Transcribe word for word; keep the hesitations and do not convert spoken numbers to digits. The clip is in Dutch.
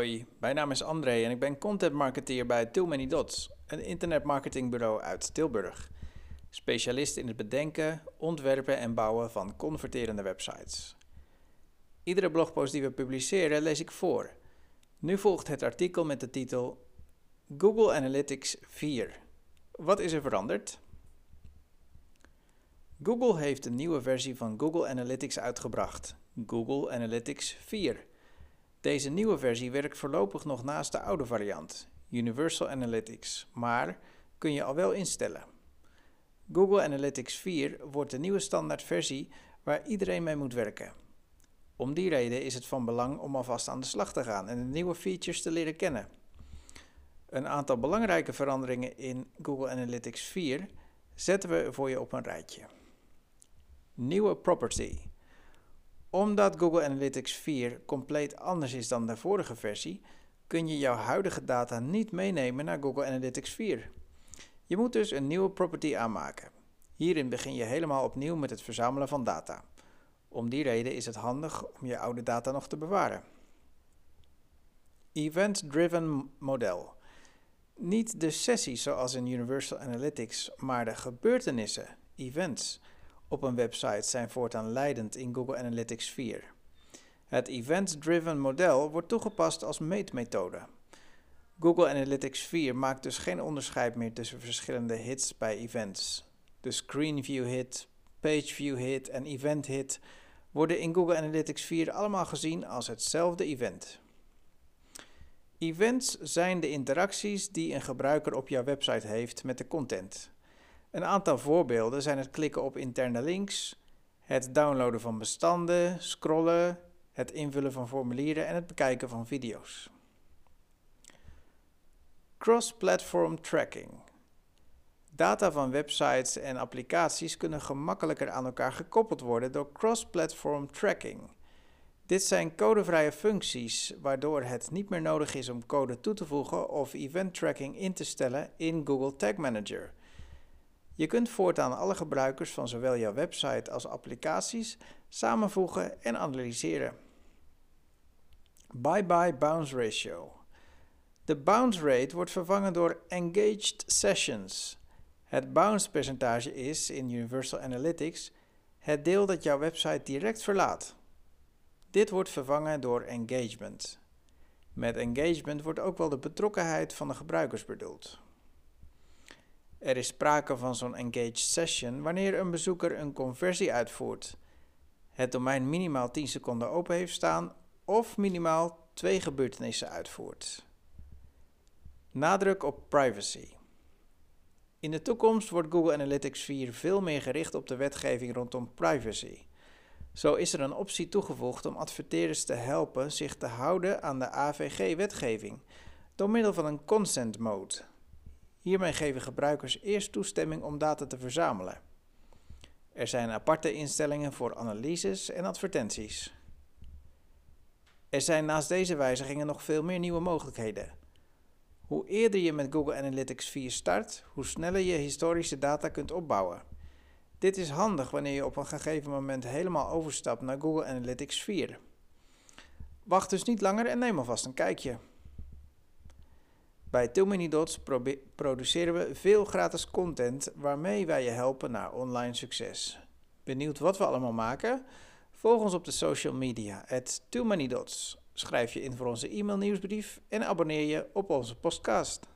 Hoi, mijn naam is André en ik ben content marketeer bij Too Many Dots, een internetmarketingbureau uit Tilburg. Specialist in het bedenken, ontwerpen en bouwen van converterende websites. Iedere blogpost die we publiceren lees ik voor. Nu volgt het artikel met de titel Google Analytics vier. Wat is er veranderd? Google heeft een nieuwe versie van Google Analytics uitgebracht, Google Analytics vier. Deze nieuwe versie werkt voorlopig nog naast de oude variant, Universal Analytics, maar kun je al wel instellen. Google Analytics vier wordt de nieuwe standaardversie waar iedereen mee moet werken. Om die reden is het van belang om alvast aan de slag te gaan en de nieuwe features te leren kennen. Een aantal belangrijke veranderingen in Google Analytics vier zetten we voor je op een rijtje. Nieuwe property. Omdat Google Analytics vier compleet anders is dan de vorige versie, kun je jouw huidige data niet meenemen naar Google Analytics vier. Je moet dus een nieuwe property aanmaken. Hierin begin je helemaal opnieuw met het verzamelen van data. Om die reden is het handig om je oude data nog te bewaren. Event-driven model. Niet de sessies zoals in Universal Analytics, maar de gebeurtenissen, events, op een website zijn voortaan leidend in Google Analytics vier. Het event-driven model wordt toegepast als meetmethode. Google Analytics vier maakt dus geen onderscheid meer tussen verschillende hits bij events. De Screen View hit, Page View hit en Event hit worden in Google Analytics vier allemaal gezien als hetzelfde event. Events zijn de interacties die een gebruiker op jouw website heeft met de content. Een aantal voorbeelden zijn het klikken op interne links, het downloaden van bestanden, scrollen, het invullen van formulieren en het bekijken van video's. Cross-platform tracking. Data van websites en applicaties kunnen gemakkelijker aan elkaar gekoppeld worden door cross-platform tracking. Dit zijn codevrije functies waardoor het niet meer nodig is om code toe te voegen of event tracking in te stellen in Google Tag Manager. Je kunt voortaan alle gebruikers van zowel jouw website als applicaties samenvoegen en analyseren. Bye-bye bounce ratio. De bounce rate wordt vervangen door engaged sessions. Het bounce percentage is in Universal Analytics het deel dat jouw website direct verlaat. Dit wordt vervangen door engagement. Met engagement wordt ook wel de betrokkenheid van de gebruikers bedoeld. Er is sprake van zo'n engaged session wanneer een bezoeker een conversie uitvoert, het domein minimaal tien seconden open heeft staan of minimaal twee gebeurtenissen uitvoert. Nadruk op privacy. In de toekomst wordt Google Analytics vier veel meer gericht op de wetgeving rondom privacy. Zo is er een optie toegevoegd om adverteerders te helpen zich te houden aan de A V G-wetgeving door middel van een consent mode. Hiermee geven gebruikers eerst toestemming om data te verzamelen. Er zijn aparte instellingen voor analyses en advertenties. Er zijn naast deze wijzigingen nog veel meer nieuwe mogelijkheden. Hoe eerder je met Google Analytics vier start, hoe sneller je historische data kunt opbouwen. Dit is handig wanneer je op een gegeven moment helemaal overstapt naar Google Analytics vier. Wacht dus niet langer en neem alvast een kijkje. Bij Too Many Dots produceren we veel gratis content waarmee wij je helpen naar online succes. Benieuwd wat we allemaal maken? Volg ons op de social media at Too Many Dots. Schrijf je in voor onze e-mail nieuwsbrief en abonneer je op onze podcast.